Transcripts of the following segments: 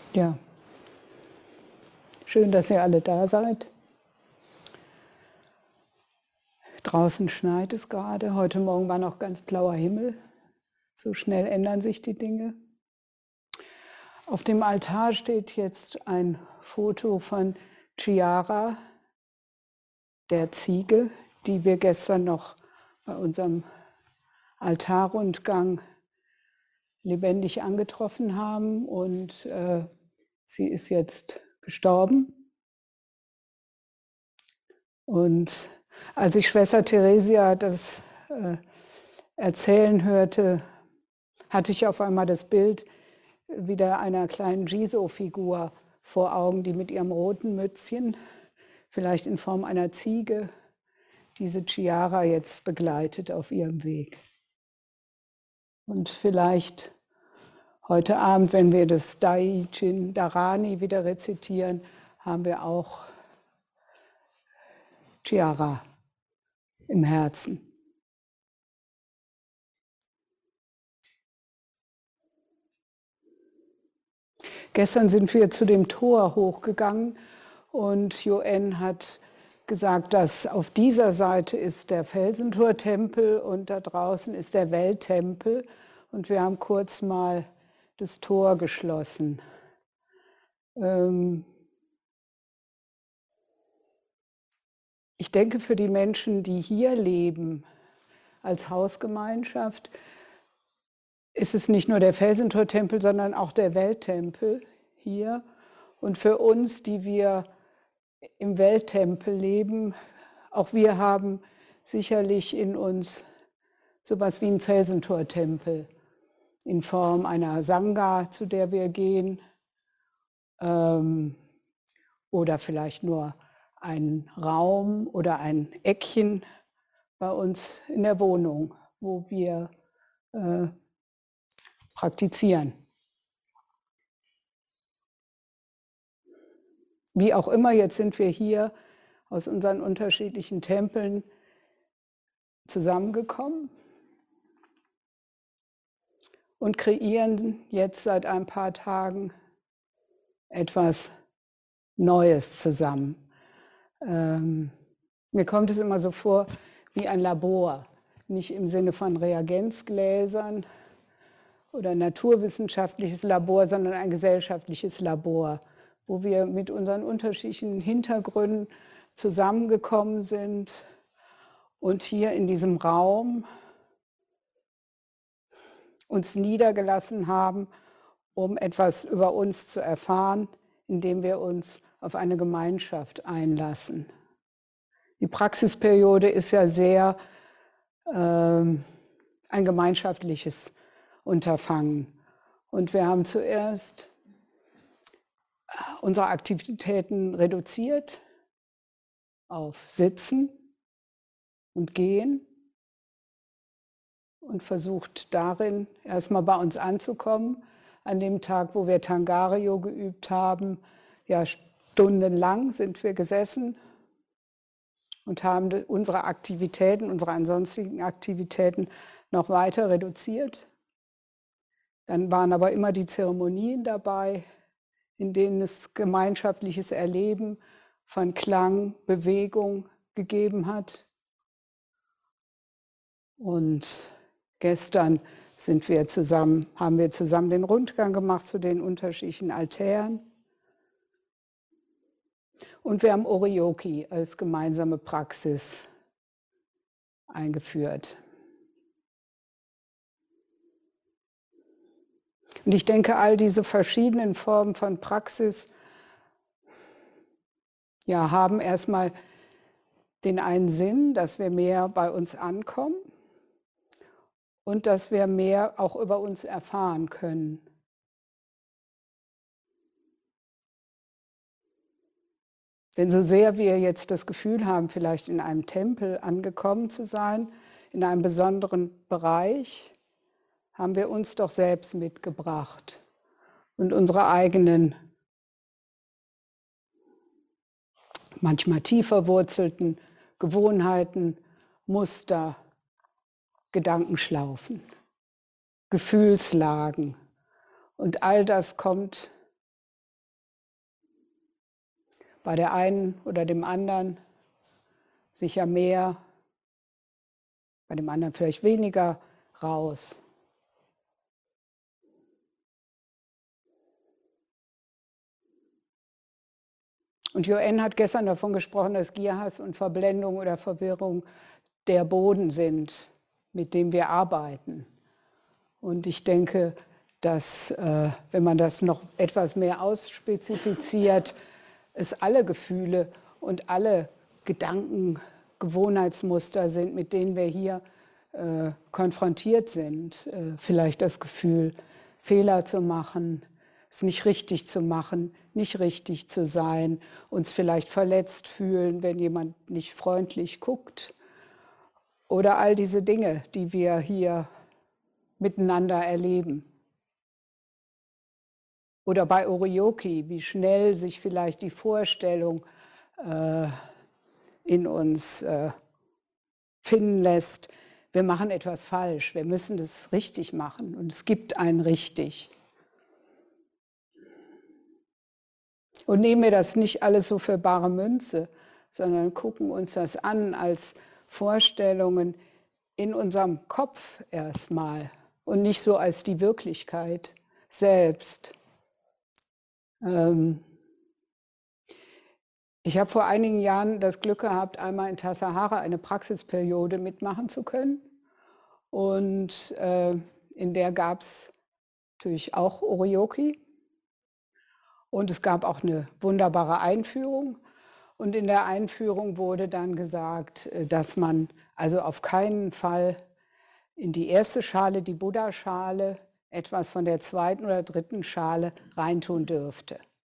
Ja, schön, dass ihr alle da seid. Draußen schneit es gerade. Heute Morgen war noch ganz blauer Himmel. So schnell ändern sich die Dinge. Auf dem Altar steht jetzt ein Foto von Chiara, der Ziege, die wir gestern noch bei unserem Altarrundgang lebendig angetroffen haben. Und sie ist jetzt gestorben. Und als ich Schwester Theresia das erzählen hörte, hatte ich auf einmal das Bild wieder einer kleinen Jiso-Figur vor Augen, die mit ihrem roten Mützchen, vielleicht in Form einer Ziege, diese Chiara jetzt begleitet auf ihrem Weg. Und vielleicht heute Abend, wenn wir das Dai Chin Dharani wieder rezitieren, haben wir auch Chiara im Herzen. Gestern sind wir zu dem Tor hochgegangen und Joen hat gesagt, dass auf dieser Seite ist der Felsentor-Tempel und da draußen ist der Welttempel. Und wir haben kurz mal das Tor geschlossen. Ich denke, für die Menschen, die hier leben, als Hausgemeinschaft, ist es nicht nur der Felsentor-Tempel, sondern auch der Welttempel hier. Und für uns, die wir im Welttempel leben, auch wir haben sicherlich in uns sowas wie einen Felsentor-Tempel in Form einer Sangha, zu der wir gehen, oder vielleicht nur ein Raum oder ein Eckchen bei uns in der Wohnung, wo wir praktizieren. Wie auch immer, jetzt sind wir hier aus unseren unterschiedlichen Tempeln zusammengekommen und kreieren jetzt seit ein paar Tagen etwas Neues zusammen. Mir kommt es immer so vor wie ein Labor, nicht im Sinne von Reagenzgläsern oder naturwissenschaftliches Labor, sondern ein gesellschaftliches Labor, wo wir mit unseren unterschiedlichen Hintergründen zusammengekommen sind und hier in diesem Raum uns niedergelassen haben, um etwas über uns zu erfahren, indem wir uns auf eine Gemeinschaft einlassen. Die Praxisperiode ist ja sehr ein gemeinschaftliches Unterfangen. Und wir haben zuerst unsere Aktivitäten reduziert auf Sitzen und Gehen und versucht darin erstmal bei uns anzukommen. An dem Tag, wo wir Tangaryo geübt haben, ja, stundenlang sind wir gesessen und haben unsere Aktivitäten, unsere ansonsten Aktivitäten noch weiter reduziert. Dann waren aber immer die Zeremonien dabei, in denen es gemeinschaftliches Erleben von Klang, Bewegung gegeben hat. Und gestern haben wir zusammen den Rundgang gemacht zu den unterschiedlichen Altären. Und wir haben Oryoki als gemeinsame Praxis eingeführt. Und ich denke, all diese verschiedenen Formen von Praxis haben erstmal den einen Sinn, dass wir mehr bei uns ankommen und dass wir mehr auch über uns erfahren können. Denn so sehr wir jetzt das Gefühl haben, vielleicht in einem Tempel angekommen zu sein, in einem besonderen Bereich, haben wir uns doch selbst mitgebracht und unsere eigenen, manchmal tief verwurzelten Gewohnheiten, Muster, Gedankenschlaufen, Gefühlslagen. Und all das kommt bei der einen oder dem anderen sicher mehr, bei dem anderen vielleicht weniger raus. Und Joanne hat gestern davon gesprochen, dass Gierhass und Verblendung oder Verwirrung der Boden sind, mit dem wir arbeiten. Und ich denke, dass, wenn man das noch etwas mehr ausspezifiziert, es alle Gefühle und alle Gedanken, Gewohnheitsmuster sind, mit denen wir hier konfrontiert sind. Vielleicht das Gefühl, Fehler zu machen, es nicht richtig zu machen, nicht richtig zu sein, uns vielleicht verletzt fühlen, wenn jemand nicht freundlich guckt. Oder all diese Dinge, die wir hier miteinander erleben. Oder bei Oryoki, wie schnell sich vielleicht die Vorstellung in uns finden lässt, wir machen etwas falsch, wir müssen das richtig machen und es gibt ein richtig. Und nehmen wir das nicht alles so für bare Münze, sondern gucken uns das an als Vorstellungen in unserem Kopf erstmal und nicht so als die Wirklichkeit selbst. Ich habe vor einigen Jahren das Glück gehabt, einmal in Tassajara eine Praxisperiode mitmachen zu können. Und in der gab es natürlich auch Oryoki. Und es gab auch eine wunderbare Einführung. Und in der Einführung wurde dann gesagt, dass man also auf keinen Fall in die erste Schale, die Buddha-Schale, etwas von der zweiten oder dritten Schale reintun dürfte.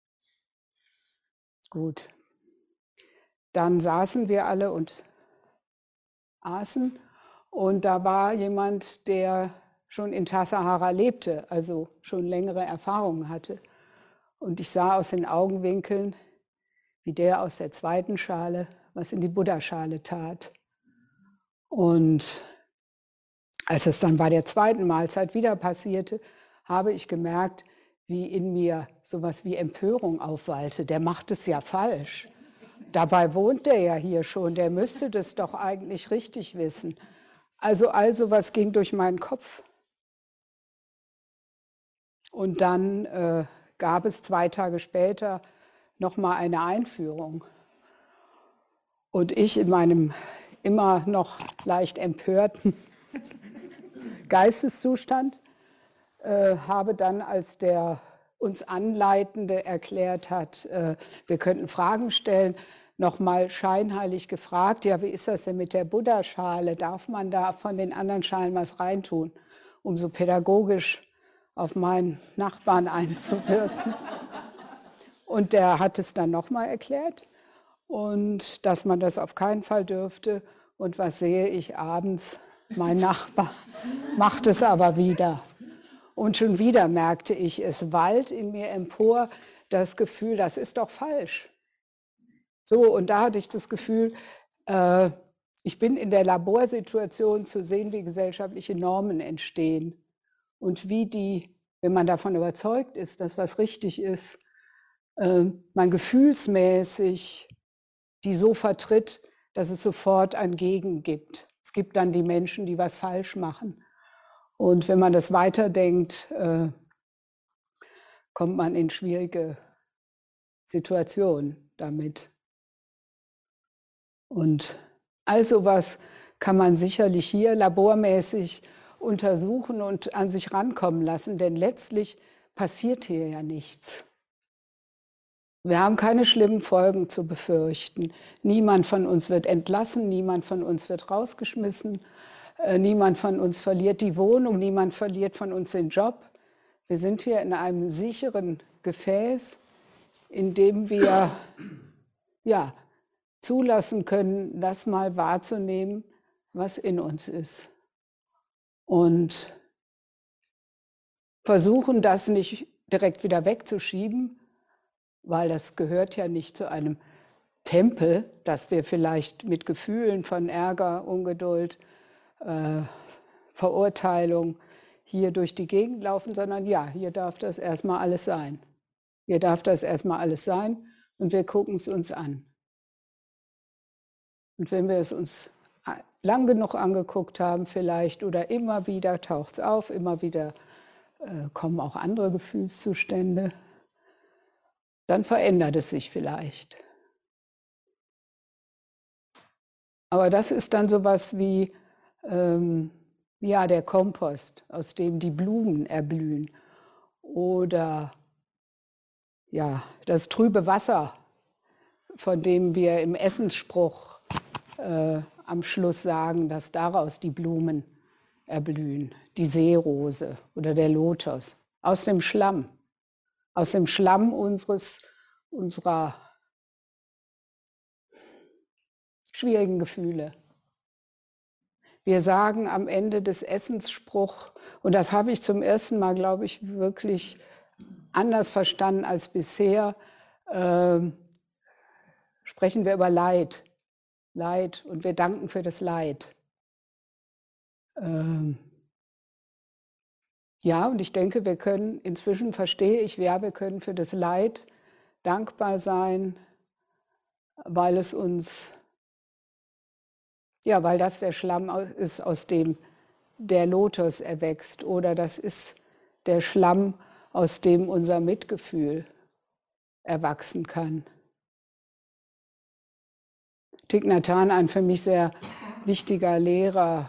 Gut. Dann saßen wir alle und aßen. Und da war jemand, der schon in Tassajara lebte, also schon längere Erfahrungen hatte. Und ich sah aus den Augenwinkeln, wie der aus der zweiten Schale was in die Buddha-Schale tat. Und als es dann bei der zweiten Mahlzeit wieder passierte, habe ich gemerkt, wie in mir sowas wie Empörung aufwallte. Der macht es ja falsch. Dabei wohnt der ja hier schon, der müsste das doch eigentlich richtig wissen. Also was ging durch meinen Kopf. Und dann gab es 2 Tage später nochmal eine Einführung. Und ich in meinem immer noch leicht empörten Geisteszustand habe dann, als der uns Anleitende erklärt hat, wir könnten Fragen stellen, nochmal scheinheilig gefragt, ja, wie ist das denn mit der Buddha-Schale? Darf man da von den anderen Schalen was reintun, um so pädagogisch auf meinen Nachbarn einzuwirken? Und der hat es dann nochmal erklärt und dass man das auf keinen Fall dürfte. Und was sehe ich abends? Mein Nachbar macht es aber wieder. Und schon wieder merkte ich, es wallt in mir empor das Gefühl, das ist doch falsch. So, und da hatte ich das Gefühl, ich bin in der Laborsituation zu sehen, wie gesellschaftliche Normen entstehen und wie die, wenn man davon überzeugt ist, dass was richtig ist, man gefühlsmäßig die so vertritt, dass es sofort ein Gegen gibt. Es gibt dann die Menschen, die was falsch machen. Und wenn man das weiterdenkt, kommt man in schwierige Situationen damit. Und all sowas kann man sicherlich hier labormäßig untersuchen und an sich rankommen lassen, denn letztlich passiert hier ja nichts. Wir haben keine schlimmen Folgen zu befürchten. Niemand von uns wird entlassen, niemand von uns wird rausgeschmissen, niemand von uns verliert die Wohnung, niemand verliert von uns den Job. Wir sind hier in einem sicheren Gefäß, in dem wir zulassen können, das mal wahrzunehmen, was in uns ist. Und versuchen, das nicht direkt wieder wegzuschieben, weil das gehört ja nicht zu einem Tempel, dass wir vielleicht mit Gefühlen von Ärger, Ungeduld, Verurteilung hier durch die Gegend laufen, sondern ja, hier darf das erstmal alles sein. Hier darf das erstmal alles sein und wir gucken es uns an. Und wenn wir es uns lang genug angeguckt haben vielleicht oder immer wieder taucht es auf, immer wieder kommen auch andere Gefühlszustände, dann verändert es sich vielleicht. Aber das ist dann sowas wie ja, der Kompost, aus dem die Blumen erblühen. Oder ja, das trübe Wasser, von dem wir im Essensspruch am Schluss sagen, dass daraus die Blumen erblühen. Die Seerose oder der Lotus. Aus dem Schlamm. Aus dem Schlamm unserer schwierigen Gefühle. Wir sagen am Ende des Essensspruchs, und das habe ich zum ersten Mal, glaube ich, wirklich anders verstanden als bisher, sprechen wir über Leid. Leid und wir danken für das Leid. Ja, und ich denke, wir können, inzwischen verstehe ich, ja, wir können für das Leid dankbar sein, weil es uns, ja, weil das der Schlamm ist, aus dem der Lotus erwächst, oder das ist der Schlamm, aus dem unser Mitgefühl erwachsen kann. Thich Nhat Hanh, ein für mich sehr wichtiger Lehrer,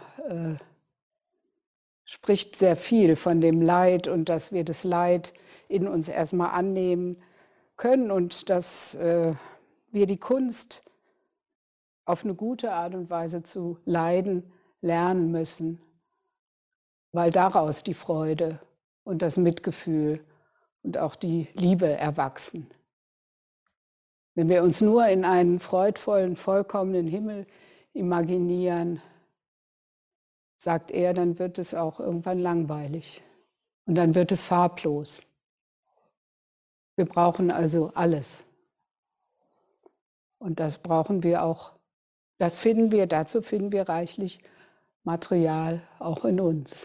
spricht sehr viel von dem Leid und dass wir das Leid in uns erstmal annehmen können und dass wir die Kunst auf eine gute Art und Weise zu leiden lernen müssen, weil daraus die Freude und das Mitgefühl und auch die Liebe erwachsen. Wenn wir uns nur in einen freudvollen, vollkommenen Himmel imaginieren, sagt er, dann wird es auch irgendwann langweilig und dann wird es farblos. Wir brauchen also alles. Und das brauchen wir auch, dazu finden wir reichlich Material auch in uns.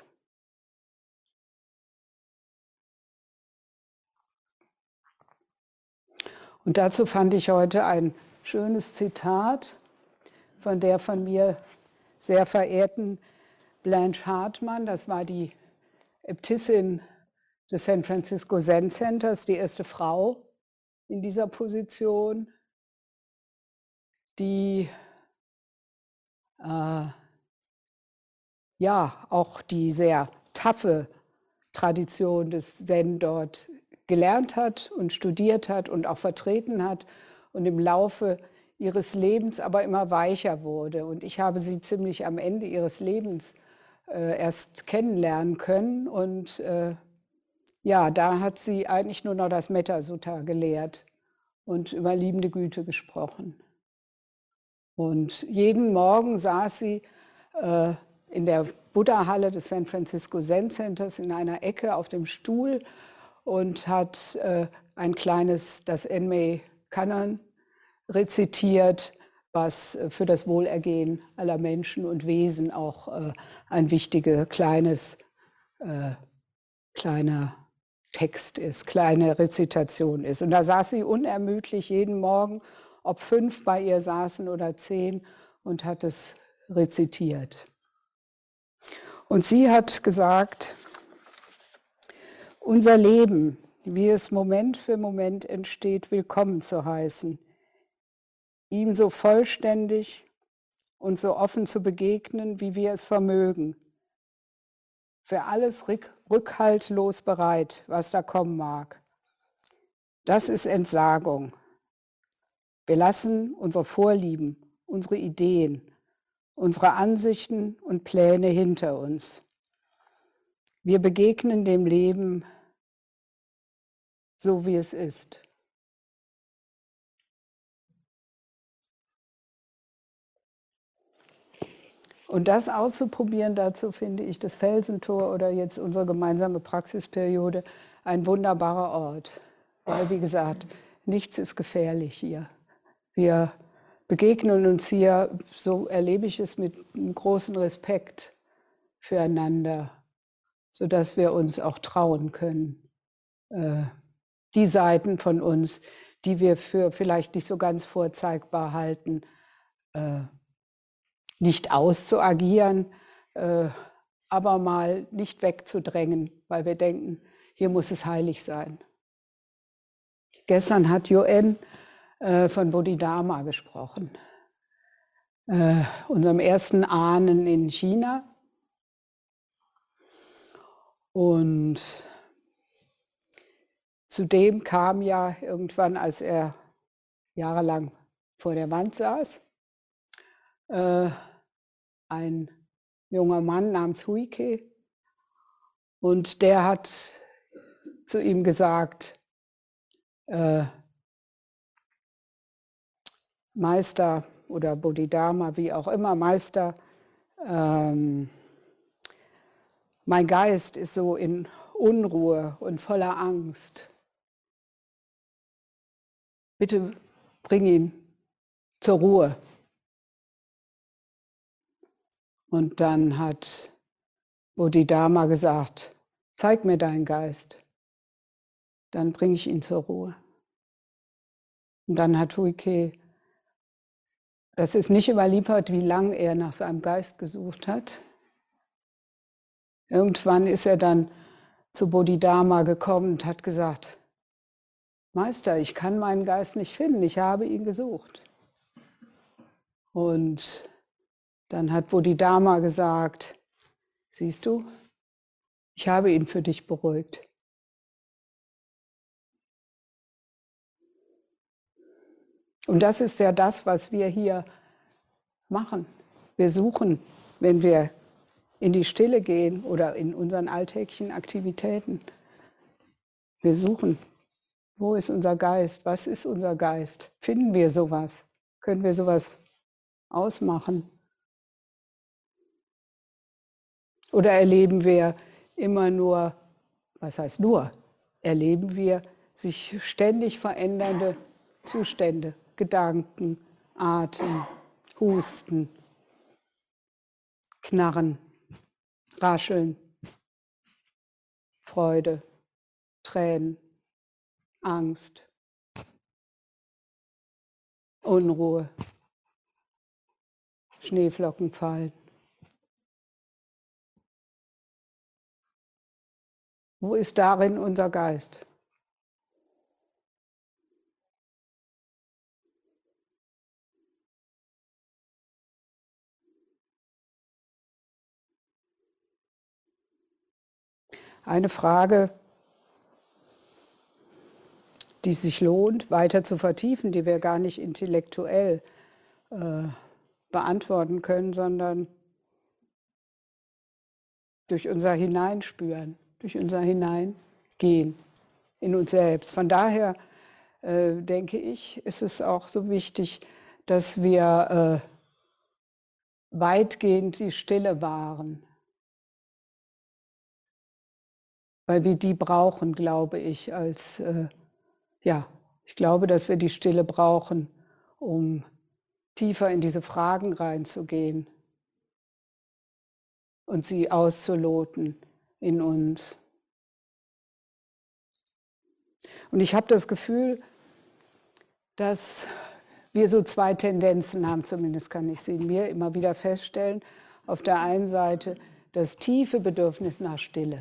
Und dazu fand ich heute ein schönes Zitat von der von mir sehr verehrten Blanche Hartman. Das war die Äbtissin des San Francisco Zen Centers, die erste Frau in dieser Position, die ja auch die sehr taffe Tradition des Zen dort gelernt hat und studiert hat und auch vertreten hat und im Laufe ihres Lebens aber immer weicher wurde. Und ich habe sie ziemlich am Ende ihres Lebens erst kennenlernen können. Und ja, da hat sie eigentlich nur noch das Metta Sutta gelehrt und über liebende Güte gesprochen. Und jeden Morgen saß sie in der Buddha-Halle des San Francisco Zen Centers in einer Ecke auf dem Stuhl und hat ein kleines, das Enmei Kanon rezitiert, was für das Wohlergehen aller Menschen und Wesen auch ein wichtiger kleiner Text ist, kleine Rezitation ist. Und da saß sie unermüdlich jeden Morgen, ob 5 bei ihr saßen oder 10, und hat es rezitiert. Und sie hat gesagt, unser Leben, wie es Moment für Moment entsteht, willkommen zu heißen, ihm so vollständig und so offen zu begegnen, wie wir es vermögen, für alles rückhaltlos bereit, was da kommen mag. Das ist Entsagung. Wir lassen unsere Vorlieben, unsere Ideen, unsere Ansichten und Pläne hinter uns. Wir begegnen dem Leben so, wie es ist. Und das auszuprobieren, dazu finde ich das Felsentor oder jetzt unsere gemeinsame Praxisperiode ein wunderbarer Ort. Weil, wie gesagt, nichts ist gefährlich hier. Wir begegnen uns hier, so erlebe ich es, mit einem großen Respekt füreinander, sodass wir uns auch trauen können, die Seiten von uns, die wir für vielleicht nicht so ganz vorzeigbar halten, nicht auszuagieren, aber mal nicht wegzudrängen, weil wir denken, hier muss es heilig sein. Gestern hat Yuen von Bodhidharma gesprochen, unserem ersten Ahnen in China. Und zudem kam ja irgendwann, als er jahrelang vor der Wand saß, ein junger Mann namens Huike, und der hat zu ihm gesagt, Meister oder Bodhidharma, wie auch immer, Meister, mein Geist ist so in Unruhe und voller Angst. Bitte bring ihn zur Ruhe. Und dann hat Bodhidharma gesagt, zeig mir deinen Geist, dann bringe ich ihn zur Ruhe. Und dann hat Huike, das ist nicht überliefert, wie lange er nach seinem Geist gesucht hat. Irgendwann ist er dann zu Bodhidharma gekommen und hat gesagt, Meister, ich kann meinen Geist nicht finden, ich habe ihn gesucht. Und dann hat Bodhidharma gesagt, siehst du, ich habe ihn für dich beruhigt. Und das ist ja das, was wir hier machen. Wir suchen, wenn wir in die Stille gehen oder in unseren alltäglichen Aktivitäten. Wir suchen, wo ist unser Geist? Was ist unser Geist? Finden wir sowas? Können wir sowas ausmachen? Oder erleben wir immer nur, was heißt nur, erleben wir sich ständig verändernde Zustände, Gedanken, Atem, Husten, Knarren, Rascheln, Freude, Tränen, Angst, Unruhe, Schneeflocken fallen. Wo ist darin unser Geist? Eine Frage, die sich lohnt, weiter zu vertiefen, die wir gar nicht intellektuell beantworten können, sondern durch unser Hineinspüren, durch unser Hineingehen in uns selbst. Von daher denke ich, ist es auch so wichtig, dass wir weitgehend die Stille wahren. Weil wir die brauchen, glaube ich, ich glaube, dass wir die Stille brauchen, um tiefer in diese Fragen reinzugehen und sie auszuloten in uns. Und ich habe das Gefühl, dass wir so zwei Tendenzen haben, zumindest kann ich sie in mir immer wieder feststellen. Auf der einen Seite das tiefe Bedürfnis nach Stille.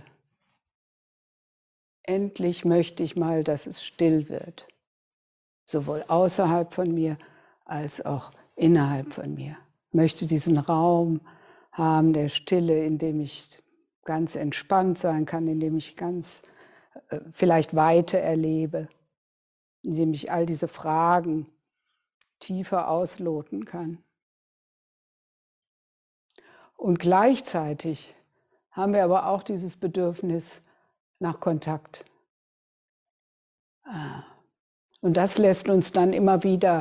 Endlich möchte ich mal, dass es still wird. Sowohl außerhalb von mir als auch innerhalb von mir. Ich möchte diesen Raum haben der Stille, in dem ich ganz entspannt sein kann, in dem ich ganz vielleicht Weite erlebe, in dem ich all diese Fragen tiefer ausloten kann. Und gleichzeitig haben wir aber auch dieses Bedürfnis nach Kontakt. Und das lässt uns dann immer wieder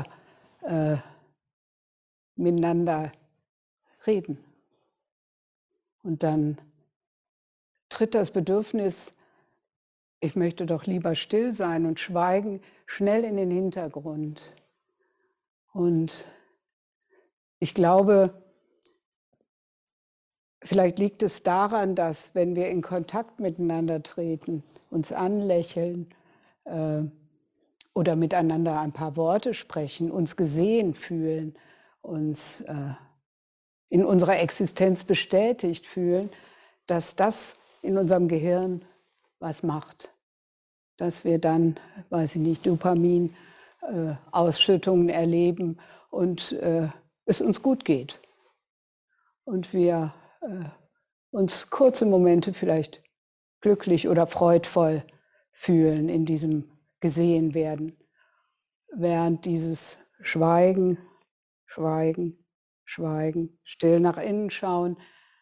miteinander reden. Und dann tritt das Bedürfnis, ich möchte doch lieber still sein und schweigen, schnell in den Hintergrund. Und ich glaube, vielleicht liegt es daran, dass wenn wir in Kontakt miteinander treten, uns anlächeln, oder miteinander ein paar Worte sprechen, uns gesehen fühlen, uns in unserer Existenz bestätigt fühlen, dass das in unserem Gehirn was macht. Dass wir dann, weiß ich nicht, Dopamin, Ausschüttungen erleben und es uns gut geht. Und wir uns kurze Momente vielleicht glücklich oder freudvoll fühlen in diesem gesehen werden, während dieses Schweigen, Schweigen, Schweigen, still nach innen schauen,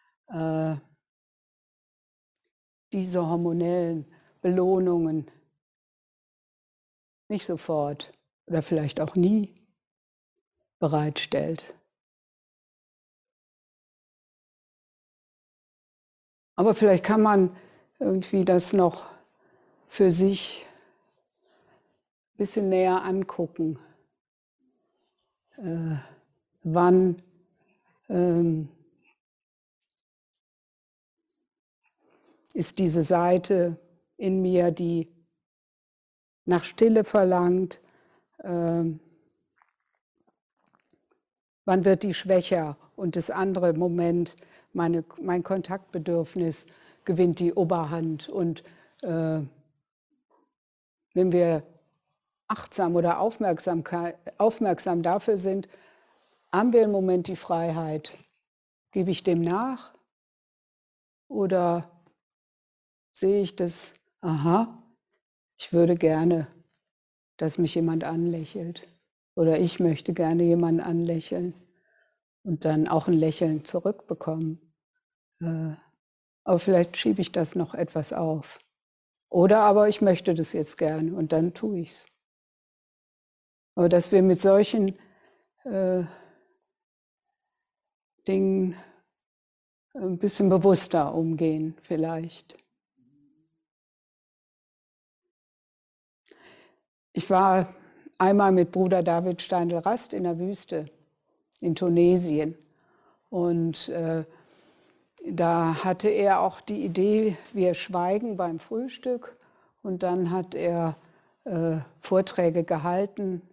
diese hormonellen Belohnungen nicht sofort oder vielleicht auch nie bereitstellt. Aber vielleicht kann man irgendwie das noch für sich ein bisschen näher angucken. Wann ist diese Seite in mir, die nach Stille verlangt, wann wird die schwächer und das andere Moment, mein Kontaktbedürfnis gewinnt die Oberhand. Und wenn wir achtsam oder aufmerksam dafür sind, haben wir im Moment die Freiheit. Gebe ich dem nach? Oder sehe ich das, aha, ich würde gerne, dass mich jemand anlächelt. Oder ich möchte gerne jemanden anlächeln und dann auch ein Lächeln zurückbekommen. Aber vielleicht schiebe ich das noch etwas auf. Oder aber ich möchte das jetzt gerne und dann tue ich es. Aber dass wir mit solchen Dingen ein bisschen bewusster umgehen vielleicht. Ich war einmal mit Bruder David Steindl-Rast in der Wüste in Tunesien und da hatte er auch die Idee, wir schweigen beim Frühstück und dann hat er Vorträge gehalten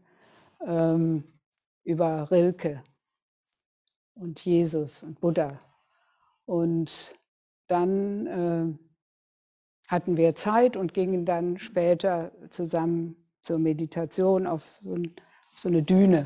über Rilke und Jesus und Buddha. Und dann hatten wir Zeit und gingen dann später zusammen zur Meditation auf so eine Düne.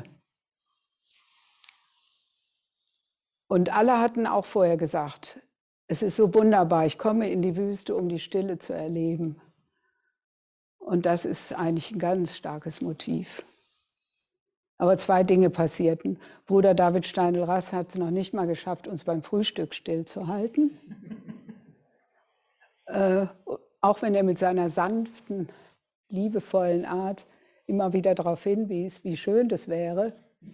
Und alle hatten auch vorher gesagt, es ist so wunderbar, ich komme in die Wüste, um die Stille zu erleben. Und das ist eigentlich ein ganz starkes Motiv. Aber zwei Dinge passierten. Bruder David Steindl-Rast hat es noch nicht mal geschafft, uns beim Frühstück stillzuhalten. Auch wenn er mit seiner sanften, liebevollen Art immer wieder darauf hinwies, wie schön das wäre.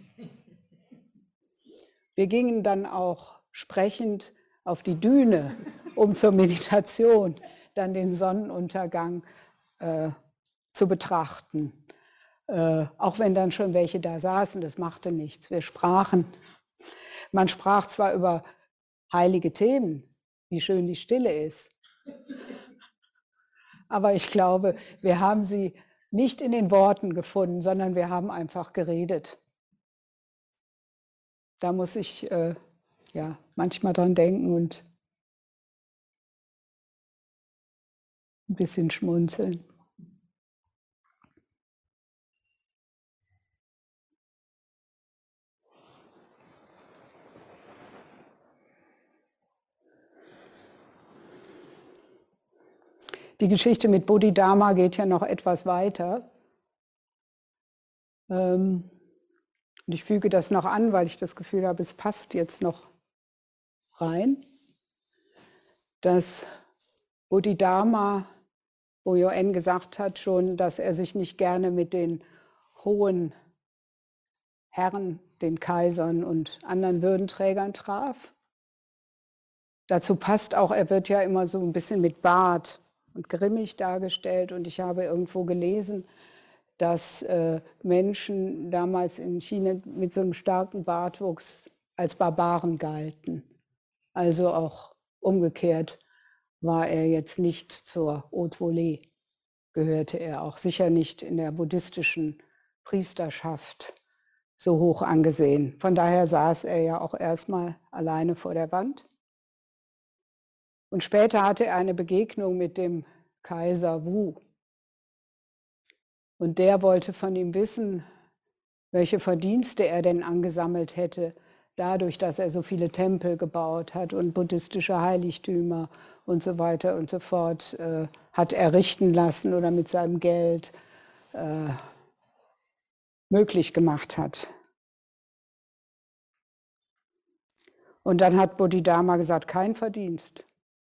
Wir gingen dann auch sprechend auf die Düne, um zur Meditation dann den Sonnenuntergang zu betrachten. Auch wenn dann schon welche da saßen, das machte nichts. Wir sprachen. Man sprach zwar über heilige Themen, wie schön die Stille ist, aber ich glaube, wir haben sie nicht in den Worten gefunden, sondern wir haben einfach geredet. Da muss ich manchmal dran denken und ein bisschen schmunzeln. Die Geschichte mit Bodhidharma geht ja noch etwas weiter. Und ich füge das noch an, weil ich das Gefühl habe, es passt jetzt noch rein. Dass Bodhidharma, Boyo-En gesagt hat schon, dass er sich nicht gerne mit den hohen Herren, den Kaisern und anderen Würdenträgern traf. Dazu passt auch, er wird ja immer so ein bisschen mit Bart und grimmig dargestellt. Und ich habe irgendwo gelesen, dass Menschen damals in China mit so einem starken Bartwuchs als Barbaren galten. Also auch umgekehrt war er jetzt nicht zur Haute Volée. gehörte er auch sicher nicht in der buddhistischen Priesterschaft so hoch angesehen. Von daher saß er ja auch erstmal alleine vor der Wand. Und später hatte er eine Begegnung mit dem Kaiser Wu. Und der wollte von ihm wissen, welche Verdienste er denn angesammelt hätte, dadurch, dass er so viele Tempel gebaut hat und buddhistische Heiligtümer und so weiter und so fort hat errichten lassen oder mit seinem Geld möglich gemacht hat. Und dann hat Bodhidharma gesagt, kein Verdienst.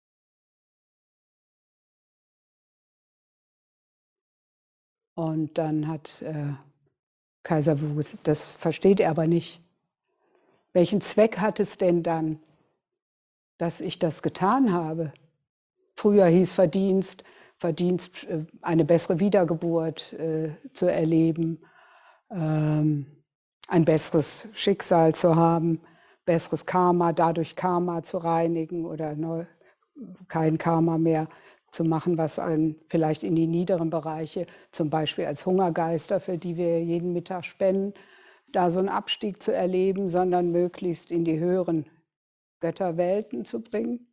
Und dann hat Kaiser Wu gesagt, das versteht er aber nicht. Welchen Zweck hat es denn dann, dass ich das getan habe? Früher hieß Verdienst, eine bessere Wiedergeburt zu erleben, ein besseres Schicksal zu haben, besseres Karma, dadurch Karma zu reinigen oder kein Karma mehr zu machen, was einen vielleicht in die niederen Bereiche, zum Beispiel als Hungergeister, für die wir jeden Mittag spenden, da so einen Abstieg zu erleben, sondern möglichst in die höheren Götterwelten zu bringen.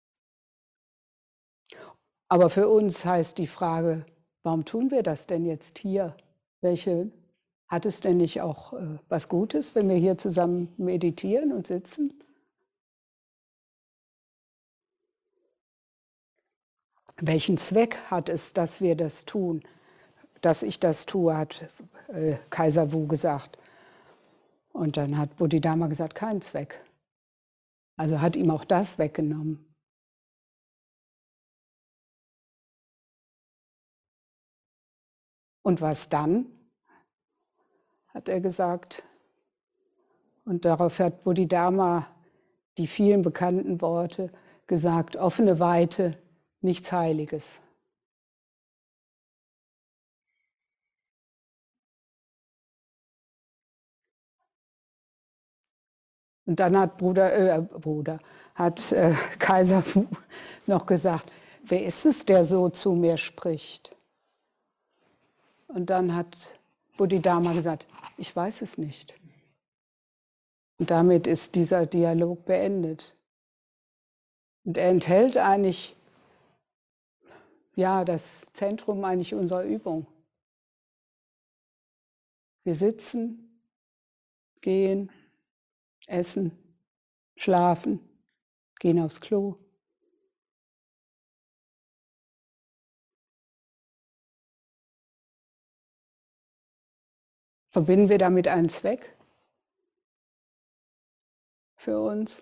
Aber für uns heißt die Frage, warum tun wir das denn jetzt hier? Hat es denn nicht auch was Gutes, wenn wir hier zusammen meditieren und sitzen? Welchen Zweck hat es, dass wir das tun, dass ich das tue, hat Kaiser Wu gesagt. Und dann hat Bodhidharma gesagt, kein Zweck. Also hat ihm auch das weggenommen. Und was dann? Hat er gesagt. Und darauf hat Bodhidharma die vielen bekannten Worte gesagt, offene Weite, nichts Heiliges. Und dann hat Kaiser Wu noch gesagt, wer ist es, der so zu mir spricht? Und dann hat Bodhidharma gesagt, ich weiß es nicht. Und damit ist dieser Dialog beendet. Und er enthält eigentlich das Zentrum eigentlich unserer Übung. Wir sitzen, gehen, essen, schlafen, gehen aufs Klo. Verbinden wir damit einen Zweck für uns?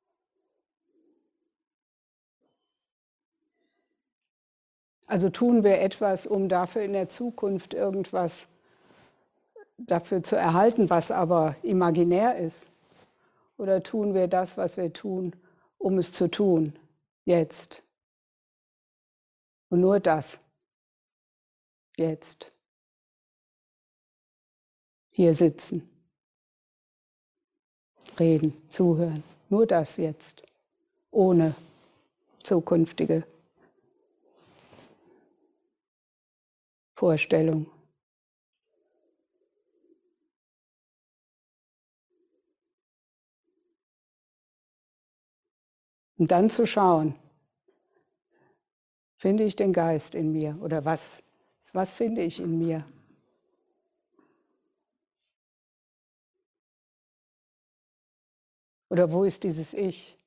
Also tun wir etwas, um dafür in der Zukunft irgendwas dafür zu erhalten, was aber imaginär ist? Oder tun wir das, was wir tun, um es zu tun, jetzt? Und nur das, jetzt. Hier sitzen, reden, zuhören, nur das jetzt, ohne zukünftige Vorstellung. Und dann zu schauen, finde ich den Geist in mir oder was finde ich in mir? Oder wo ist dieses Ich,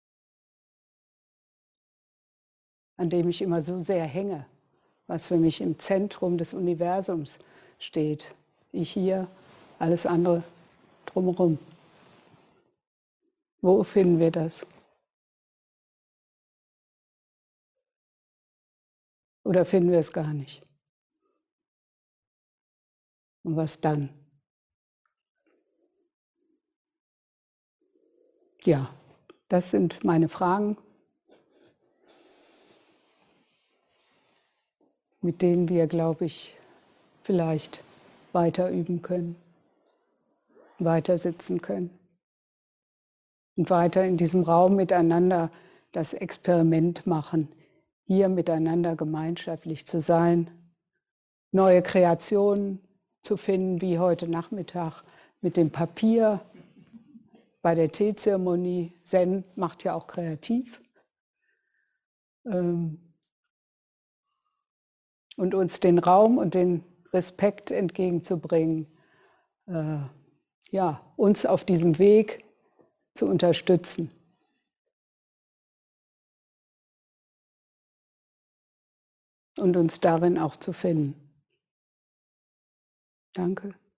an dem ich immer so sehr hänge, was für mich im Zentrum des Universums steht? Ich hier, alles andere drumherum. Wo finden wir das? Oder finden wir es gar nicht? Und was dann? Ja, das sind meine Fragen, mit denen wir, glaube ich, vielleicht weiter üben können, weiter sitzen können und weiter in diesem Raum miteinander das Experiment machen, hier miteinander gemeinschaftlich zu sein neue Kreationen zu finden, wie heute Nachmittag mit dem Papier bei der Teezeremonie. Zen macht ja auch kreativ. Und uns den Raum und den Respekt entgegenzubringen, ja, uns auf diesem Weg zu unterstützen. Und uns darin auch zu finden. Danke.